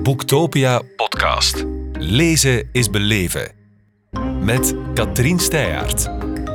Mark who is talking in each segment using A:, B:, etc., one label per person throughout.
A: Boektopia podcast. Lezen is beleven. Met Katrien Steijaert.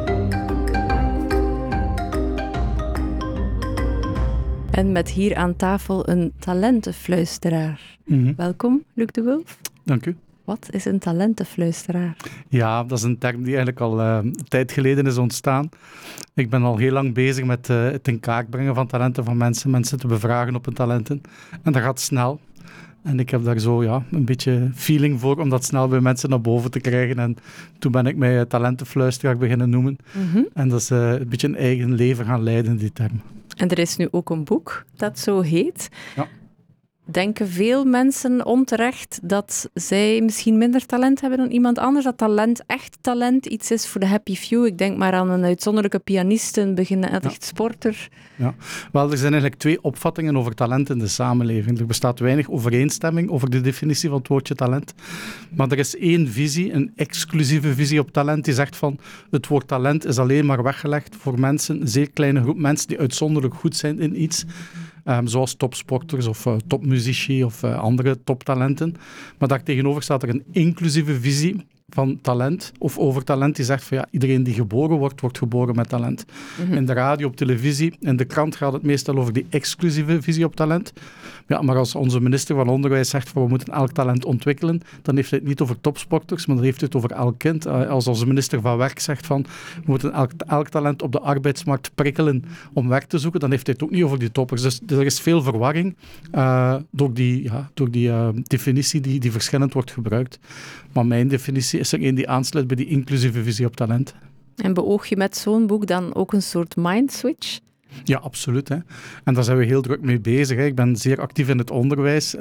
B: En met hier aan tafel een talentenfluisteraar. Welkom, Luc de Wulf.
C: Dank u.
B: Wat is een talentenfluisteraar?
C: Ja, dat is een term die eigenlijk al een tijd geleden is ontstaan. Ik ben al heel lang bezig met het in kaart brengen van talenten van mensen te bevragen op hun talenten. En dat gaat snel. En ik heb daar zo een beetje feeling voor om dat snel bij mensen naar boven te krijgen. En toen ben ik mij talentenfluisteraar beginnen noemen. En dat is een beetje een eigen leven gaan leiden, die term.
B: En er is nu ook een boek dat zo heet.
C: Ja.
B: Denken veel mensen onterecht dat zij misschien minder talent hebben dan iemand anders? Dat talent echt talent iets is voor de happy few? Ik denk maar aan een uitzonderlijke pianist, een beginnend sporter.
C: Ja, wel, er zijn eigenlijk twee opvattingen over talent in de samenleving. Er bestaat weinig overeenstemming over de definitie van het woordje talent. Maar er is één visie, een exclusieve visie op talent, die zegt van het woord talent is alleen maar weggelegd voor mensen, een zeer kleine groep mensen die uitzonderlijk goed zijn in iets. Zoals topsporters of topmuzici of andere toptalenten. Maar daar tegenover staat er een inclusieve visie van talent of over talent die zegt van iedereen die geboren wordt, wordt geboren met talent. In de radio, op televisie, in de krant gaat het meestal over die exclusieve visie op talent. Ja, maar als onze minister van Onderwijs zegt van we moeten elk talent ontwikkelen, dan heeft hij het niet over topsporters, maar dan heeft hij het over elk kind. Als onze minister van Werk zegt van we moeten elk talent op de arbeidsmarkt prikkelen om werk te zoeken, dan heeft hij het ook niet over die toppers. Dus er is veel verwarring door die definitie die verschillend wordt gebruikt. Maar mijn definitie is er een die aansluit bij die inclusieve visie op talent.
B: En beoog je met zo'n boek dan ook een soort mindswitch?
C: Ja, absoluut. Hè. En daar zijn we heel druk mee bezig. Hè. Ik ben zeer actief in het onderwijs.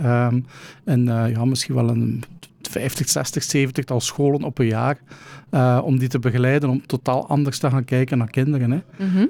C: Misschien wel een 50, 60, 70-tal scholen op een jaar. Om die te begeleiden, om totaal anders te gaan kijken naar kinderen.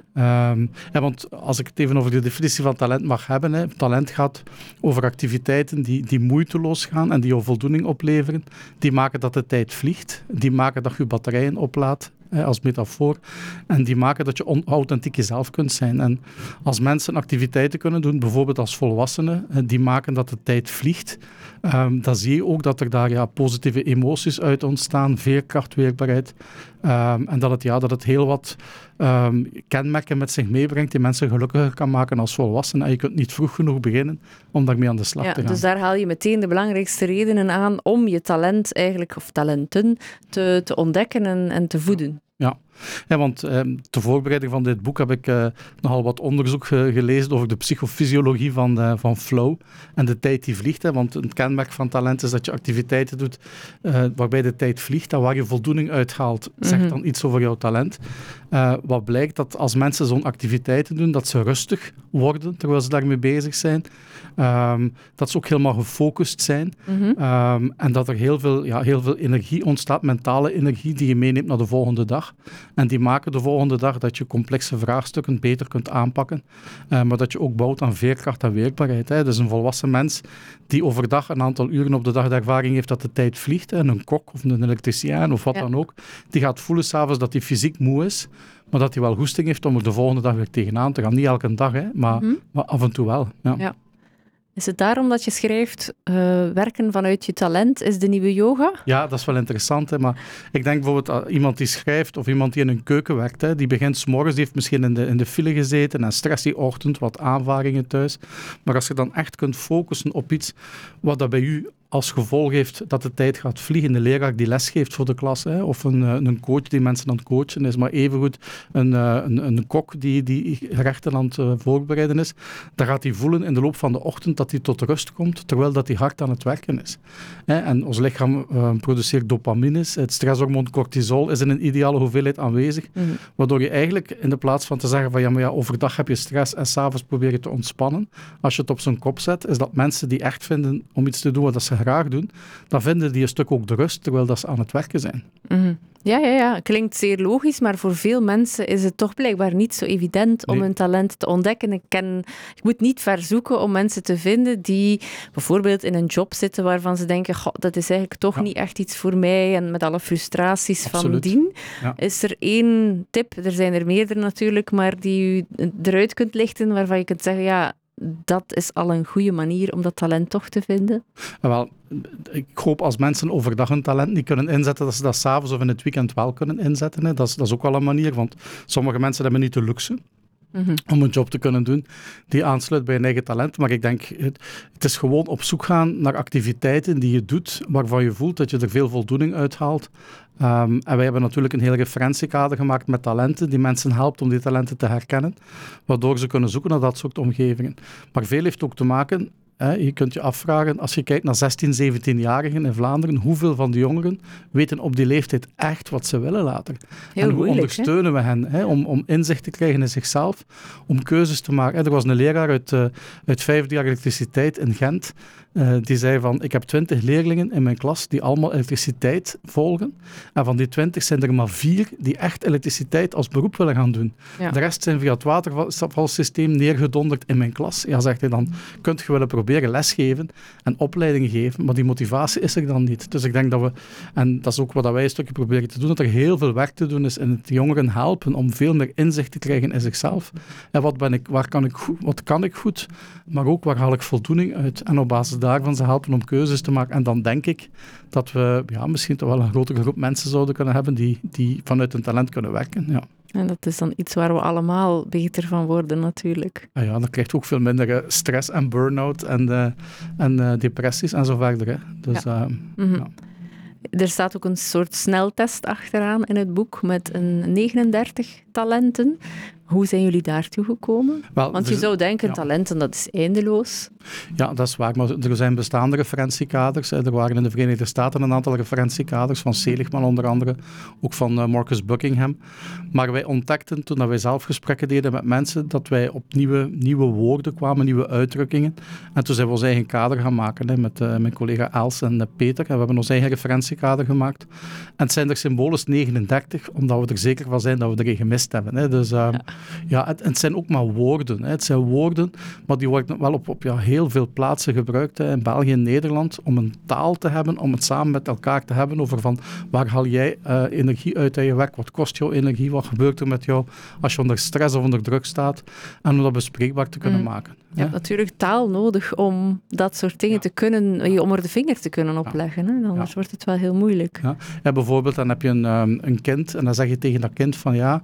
C: Hè. Want als ik het even over de definitie van talent mag hebben. Hè. Talent gaat over activiteiten die moeiteloos gaan en die jou voldoening opleveren. Die maken dat de tijd vliegt. Die maken dat je batterijen oplaadt. Als metafoor. En die maken dat je authentiek jezelf kunt zijn. En als mensen activiteiten kunnen doen, bijvoorbeeld als volwassenen, die maken dat de tijd vliegt, dan zie je ook dat er daar positieve emoties uit ontstaan, veerkracht, weerbaarheid. En dat het heel wat kenmerken met zich meebrengt die mensen gelukkiger kan maken als volwassenen. En je kunt niet vroeg genoeg beginnen om daarmee aan de slag te gaan.
B: Dus daar haal je meteen de belangrijkste redenen aan om je talent eigenlijk, of talenten, te ontdekken en te voeden.
C: Ja, want ter voorbereiding van dit boek heb ik nogal wat onderzoek gelezen over de psychofysiologie van flow en de tijd die vliegt. Hè, want een kenmerk van talent is dat je activiteiten doet waarbij de tijd vliegt en waar je voldoening uithaalt, zegt dan iets over jouw talent. Wat blijkt dat als mensen zo'n activiteiten doen, dat ze rustig worden terwijl ze daarmee bezig zijn. Dat ze ook helemaal gefocust zijn. En dat er heel veel energie ontstaat, mentale energie die je meeneemt naar de volgende dag. En die maken de volgende dag dat je complexe vraagstukken beter kunt aanpakken. Maar dat je ook bouwt aan veerkracht en weerbaarheid. Hè. Dus een volwassen mens die overdag een aantal uren op de dag de ervaring heeft dat de tijd vliegt. Hè. Een kok of een elektricien of wat dan ook. Die gaat voelen s'avonds dat hij fysiek moe is. Maar dat hij wel goesting heeft om er de volgende dag weer tegenaan te gaan. Niet elke dag, hè, maar af en toe wel. Ja.
B: Is het daarom dat je schrijft, werken vanuit je talent is de nieuwe yoga? Ja,
C: dat is wel interessant. Hè? Maar ik denk bijvoorbeeld iemand die schrijft of iemand die in een keuken werkt, hè, die begint 's morgens, die heeft misschien in de file gezeten en stress die ochtend, wat aanvaringen thuis. Maar als je dan echt kunt focussen op iets wat dat bij u als gevolg heeft dat de tijd gaat vliegen, de leraar die les geeft voor de klas, hè, of een coach die mensen aan het coachen is, maar evengoed een kok die gerechten aan het voorbereiden is, dan gaat hij voelen in de loop van de ochtend dat hij tot rust komt, terwijl dat hij hard aan het werken is. En ons lichaam produceert dopamines, het stresshormoon cortisol is in een ideale hoeveelheid aanwezig, waardoor je eigenlijk in de plaats van te zeggen van overdag heb je stress en 's avonds probeer je te ontspannen, als je het op zijn kop zet, is dat mensen die echt vinden om iets te doen wat ze graag doen, dan vinden die een stuk ook de rust, terwijl dat ze aan het werken zijn.
B: Ja. Klinkt zeer logisch, maar voor veel mensen is het toch blijkbaar niet zo evident om hun talent te ontdekken. Ik moet niet ver zoeken om mensen te vinden die bijvoorbeeld in een job zitten waarvan ze denken, dat is eigenlijk toch niet echt iets voor mij en met alle frustraties van dien. Ja. Is er één tip, er zijn er meerdere natuurlijk, maar die u eruit kunt lichten waarvan je kunt zeggen, dat is al een goede manier om dat talent toch te vinden?
C: Wel, ik hoop als mensen overdag hun talent niet kunnen inzetten, dat ze dat 's avonds of in het weekend wel kunnen inzetten. Hè. Dat is ook wel een manier, want sommige mensen hebben niet de luxe om een job te kunnen doen die aansluit bij hun eigen talent. Maar ik denk, het is gewoon op zoek gaan naar activiteiten die je doet, waarvan je voelt dat je er veel voldoening uit haalt. En wij hebben natuurlijk een heel referentiekader gemaakt met talenten, die mensen helpt om die talenten te herkennen, waardoor ze kunnen zoeken naar dat soort omgevingen. Maar veel heeft ook te maken... Je kunt je afvragen, als je kijkt naar 16, 17-jarigen in Vlaanderen, hoeveel van die jongeren weten op die leeftijd echt wat ze willen later?
B: Heel
C: en hoe
B: moeilijk,
C: ondersteunen we hen om inzicht te krijgen in zichzelf, om keuzes te maken? Er was een leraar uit 5e jaar elektriciteit in Gent, die zei van, ik heb 20 leerlingen in mijn klas die allemaal elektriciteit volgen. En van die 20 zijn er maar 4 die echt elektriciteit als beroep willen gaan doen. Ja. De rest zijn via het watervalsysteem neergedonderd in mijn klas. Ja, zegt hij dan, kunt je willen proberen lesgeven en opleidingen geven, maar die motivatie is er dan niet. Dus ik denk dat we, en dat is ook wat wij een stukje proberen te doen, dat er heel veel werk te doen is in het jongeren helpen om veel meer inzicht te krijgen in zichzelf. En wat kan ik goed, maar ook waar haal ik voldoening uit? En op basis daarvan ze helpen om keuzes te maken. En dan denk ik dat we misschien toch wel een grotere groep mensen zouden kunnen hebben die vanuit hun talent kunnen werken. Ja.
B: En dat is dan iets waar we allemaal beter van worden natuurlijk.
C: Ja, dan krijg je ook veel minder stress en burn-out en depressies en zo verder. Hè. Dus, ja.
B: Er staat ook een soort sneltest achteraan in het boek met 39 talenten. Hoe zijn jullie daartoe gekomen? Want je zou denken, talenten, dat is eindeloos. Ja, dat is waar. Maar er zijn bestaande referentiekaders. Er waren in de Verenigde Staten een aantal referentiekaders, van Seligman onder andere, ook van Marcus Buckingham. Maar wij ontdekten, toen wij zelf gesprekken deden met mensen, dat wij op nieuwe woorden kwamen, nieuwe uitdrukkingen. En toen zijn we ons eigen kader gaan maken, met mijn collega Els en Peter. En we hebben ons eigen referentiekader gemaakt. En het zijn er symbolisch 39, omdat we er zeker van zijn dat we erin gemist hebben. Hè. Dus het zijn ook maar woorden. Hè. Het zijn woorden, maar die worden wel op heel veel plaatsen gebruikt, in België en Nederland, om een taal te hebben, om het samen met elkaar te hebben over van waar haal jij energie uit je werk, wat kost jouw energie, wat gebeurt er met jou als je onder stress of onder druk staat, en om dat bespreekbaar te kunnen maken. Je hebt natuurlijk taal nodig om dat soort dingen te kunnen, om er de vinger te kunnen opleggen. Hè? Anders wordt het wel heel moeilijk.
C: Ja, bijvoorbeeld, dan heb je een kind en dan zeg je tegen dat kind van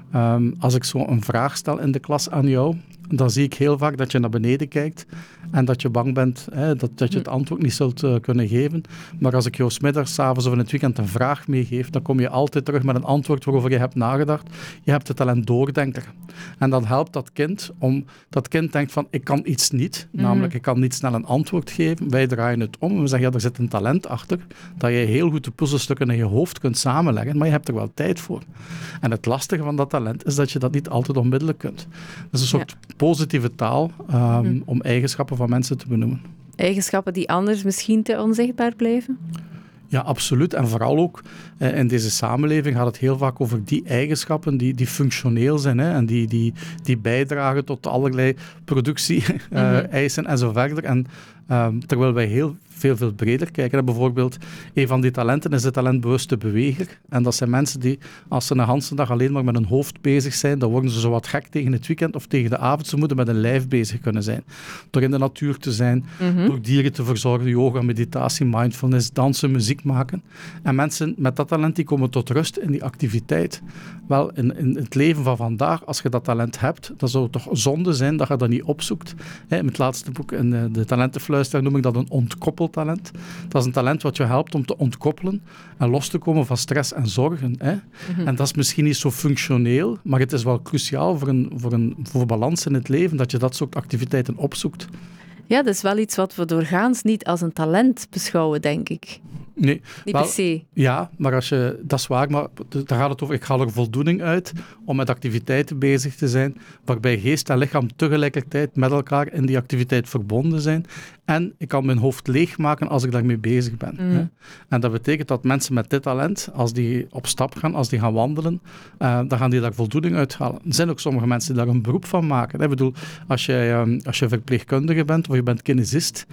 C: als ik zo een vraag stel in de klas aan jou, dan zie ik heel vaak dat je naar beneden kijkt en dat je bang bent dat je het antwoord niet zult kunnen geven. Maar als ik jou 's middags, 's avonds of in het weekend een vraag meegeef, dan kom je altijd terug met een antwoord waarover je hebt nagedacht. Je hebt het talent doordenker. En dan helpt dat kind dat kind denkt van, ik kan iets niet, namelijk ik kan niet snel een antwoord geven. Wij draaien het om en we zeggen, er zit een talent achter, dat je heel goed de puzzelstukken in je hoofd kunt samenleggen, maar je hebt er wel tijd voor. En het lastige van dat talent is dat je dat niet altijd onmiddellijk kunt. Dat is een soort positieve taal om eigenschappen van mensen te benoemen.
B: Eigenschappen die anders misschien te onzichtbaar blijven?
C: Ja, absoluut. En vooral ook in deze samenleving gaat het heel vaak over die eigenschappen die functioneel zijn, en die bijdragen tot allerlei productie-eisen en zo verder. En terwijl wij veel breder kijken. En bijvoorbeeld, een van die talenten is de talentbewuste beweger. En dat zijn mensen die, als ze een hele dag alleen maar met hun hoofd bezig zijn, dan worden ze zo wat gek tegen het weekend of tegen de avond. Ze moeten met hun lijf bezig kunnen zijn. Door in de natuur te zijn, door dieren te verzorgen, yoga, meditatie, mindfulness, dansen, muziek maken. En mensen met dat talent, die komen tot rust in die activiteit. Wel, in het leven van vandaag, als je dat talent hebt, dan zou het toch zonde zijn dat je dat niet opzoekt. In het laatste boek, in de Talentenfluisteraar, noem ik dat een ontkoppeltalent. Dat is een talent wat je helpt om te ontkoppelen en los te komen van stress en zorgen. En dat is misschien niet zo functioneel, maar het is wel cruciaal voor balans in het leven, dat je dat soort activiteiten opzoekt.
B: Ja, dat is wel iets wat we doorgaans niet als een talent beschouwen, denk ik.
C: Nee.
B: Niet per se.
C: Ja, maar dat is waar, maar daar gaat het over. Ik haal er voldoening uit om met activiteiten bezig te zijn, waarbij geest en lichaam tegelijkertijd met elkaar in die activiteit verbonden zijn. En ik kan mijn hoofd leegmaken als ik daarmee bezig ben. En dat betekent dat mensen met dit talent, als die op stap gaan, als die gaan wandelen, dan gaan die daar voldoening uithalen. Er zijn ook sommige mensen die daar een beroep van maken. Ik bedoel, als je verpleegkundige bent of je bent kinesist,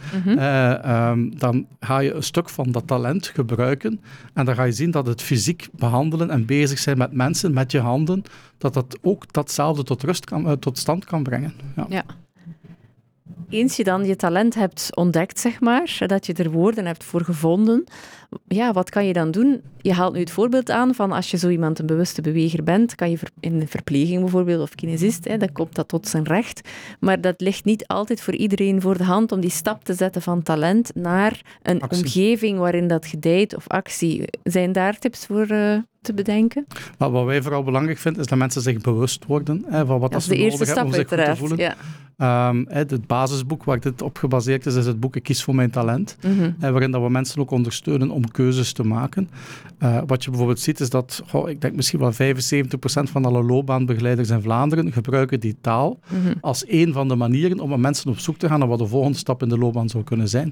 C: dan ga je een stuk van dat talent gebruiken en dan ga je zien dat het fysiek behandelen en bezig zijn met mensen, met je handen, dat ook datzelfde tot stand kan brengen. Ja.
B: eens je dan je talent hebt ontdekt, zeg maar, dat je er woorden hebt voor gevonden, ja, wat kan je dan doen? Je haalt nu het voorbeeld aan van als je zo iemand een bewuste beweger bent, kan je in de verpleging bijvoorbeeld, of kinesist, dan komt dat tot zijn recht. Maar dat ligt niet altijd voor iedereen voor de hand om die stap te zetten van talent naar een omgeving waarin dat gedijt of actie. Zijn daar tips voor te bedenken?
C: Maar wat wij vooral belangrijk vinden, is dat mensen zich bewust worden van wat ze nodig hebben om zich goed te voelen. Ja. Het basisboek waar dit op gebaseerd is het boek Ik kies voor mijn talent. Waarin dat we mensen ook ondersteunen om keuzes te maken. Wat je bijvoorbeeld ziet is dat, ik denk misschien wel 75% van alle loopbaanbegeleiders in Vlaanderen gebruiken die taal als een van de manieren om met mensen op zoek te gaan naar wat de volgende stap in de loopbaan zou kunnen zijn.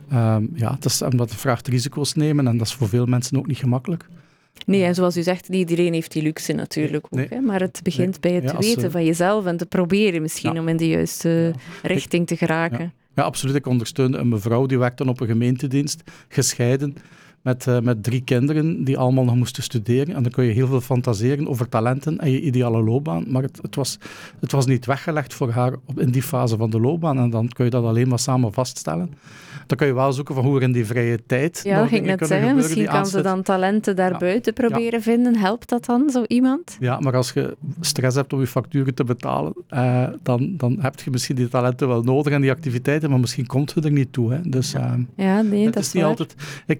C: Dat is omdat het vraagt risico's nemen en dat is voor veel mensen ook niet gemakkelijk.
B: Nee, en zoals u zegt, niet iedereen heeft die luxe natuurlijk ook.
C: Nee.
B: Hè? Maar het begint bij het weten van jezelf en te proberen misschien om in de juiste richting te geraken.
C: Ja, absoluut. Ik ondersteunde een mevrouw die werkte dan op een gemeentedienst, gescheiden, met 3 kinderen die allemaal nog moesten studeren. En dan kun je heel veel fantaseren over talenten en je ideale loopbaan. Maar het was niet weggelegd voor haar in die fase van de loopbaan. En dan kun je dat alleen maar samen vaststellen. Dan kun je wel zoeken van hoe er in die vrije tijd...
B: Ja, dat ging ik net zeggen. Misschien kan ze dan talenten daarbuiten proberen vinden. Helpt dat dan, zo iemand?
C: Ja, maar als je stress hebt om je facturen te betalen, dan heb je misschien die talenten wel nodig en die activiteiten, maar misschien komt je er niet toe. Hè. Dus,
B: dat is
C: niet altijd...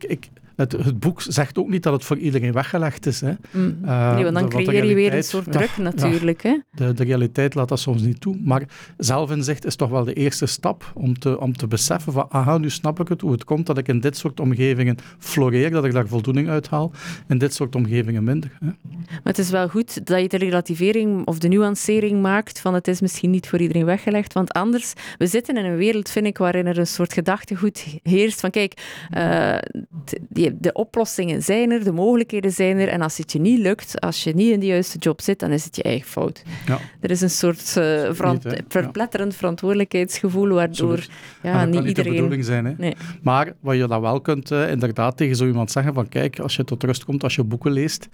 C: Het boek zegt ook niet dat het voor iedereen weggelegd is. Hè.
B: Nee, want dan creëer je weer een soort druk natuurlijk. Hè?
C: De realiteit laat dat soms niet toe. Maar zelfinzicht is toch wel de eerste stap om te beseffen van, nu snap ik het, hoe het komt dat ik in dit soort omgevingen floreer, dat ik daar voldoening uit haal, in dit soort omgevingen minder. Hè.
B: Maar het is wel goed dat je de relativering of de nuancering maakt van het is misschien niet voor iedereen weggelegd, want anders, we zitten in een wereld, vind ik, waarin er een soort gedachtegoed heerst van, kijk, de oplossingen zijn er, de mogelijkheden zijn er. En als het je niet lukt, als je niet in de juiste job zit, dan is het je eigen fout. Ja. Er is een soort verpletterend verantwoordelijkheidsgevoel, waardoor niet iedereen...
C: de bedoeling zijn. Hè? Nee. Maar wat je dan wel kunt inderdaad tegen zo iemand zeggen van kijk, als je tot rust komt, als je boeken leest,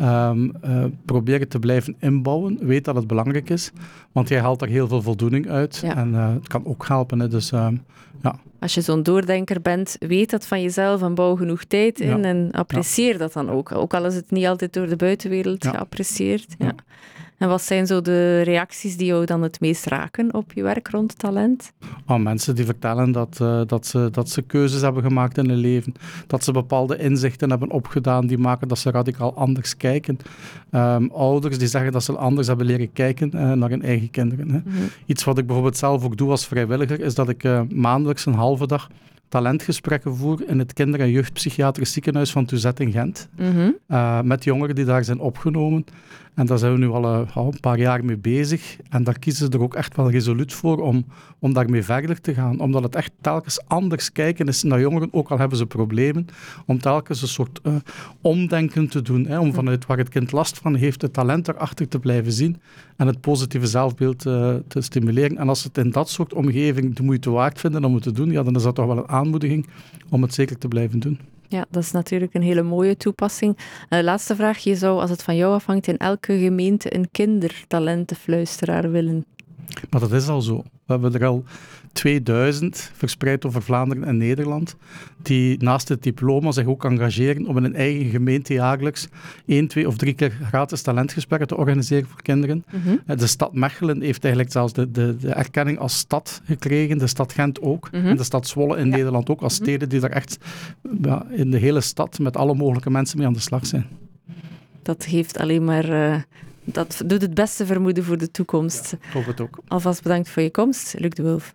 C: probeer het te blijven inbouwen. Weet dat het belangrijk is, want jij haalt er heel veel voldoening uit. Ja. En het kan ook helpen. Hè? Dus
B: als je zo'n doordenker bent, weet dat van jezelf en bouw genoeg tijd in en apprecieer dat dan ook. Ook al is het niet altijd door de buitenwereld geapprecieerd. Ja. En wat zijn zo de reacties die jou dan het meest raken op je werk rond talent?
C: Mensen die vertellen dat ze keuzes hebben gemaakt in hun leven, dat ze bepaalde inzichten hebben opgedaan die maken dat ze radicaal anders kijken. Ouders die zeggen dat ze anders hebben leren kijken naar hun eigen kinderen. Hè. Mm-hmm. Iets wat ik bijvoorbeeld zelf ook doe als vrijwilliger, is dat ik maandelijks een halve dag talentgesprekken voer in het kinder- en jeugdpsychiatrisch ziekenhuis van Tuzet in Gent. Mm-hmm. Met jongeren die daar zijn opgenomen. En daar zijn we nu al een paar jaar mee bezig. En daar kiezen ze er ook echt wel resoluut voor om daarmee verder te gaan. Omdat het echt telkens anders kijken is naar jongeren, ook al hebben ze problemen. Om telkens een soort omdenken te doen. Hè, om vanuit waar het kind last van heeft, het talent erachter te blijven zien. En het positieve zelfbeeld te stimuleren. En als het in dat soort omgeving de moeite waard vinden om het te doen, dan is dat toch wel een aanmoediging om het zeker te blijven doen.
B: Ja, dat is natuurlijk een hele mooie toepassing. Laatste vraag. Je zou, als het van jou afhangt, in elke gemeente een kindertalentenfluisteraar willen.
C: Maar dat is al zo. We hebben er al 2000 verspreid over Vlaanderen en Nederland, die naast het diploma zich ook engageren om in een eigen gemeente jaarlijks 1, 2 of 3 keer gratis talentgesprekken te organiseren voor kinderen. Mm-hmm. De stad Mechelen heeft eigenlijk zelfs de erkenning als stad gekregen, de stad Gent ook, en de stad Zwolle in Nederland ook, als steden die daar echt in de hele stad met alle mogelijke mensen mee aan de slag zijn.
B: Dat heeft alleen maar... Dat doet het beste vermoeden voor de toekomst.
C: Ja, ik hoop het ook.
B: Alvast bedankt voor je komst, Luc de Wulf.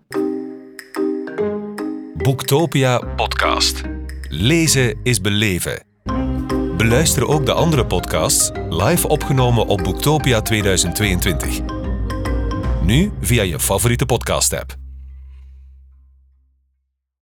A: Boektopia podcast. Lezen is beleven. Beluister ook de andere podcasts live opgenomen op Boektopia 2022. Nu via je favoriete podcast-app.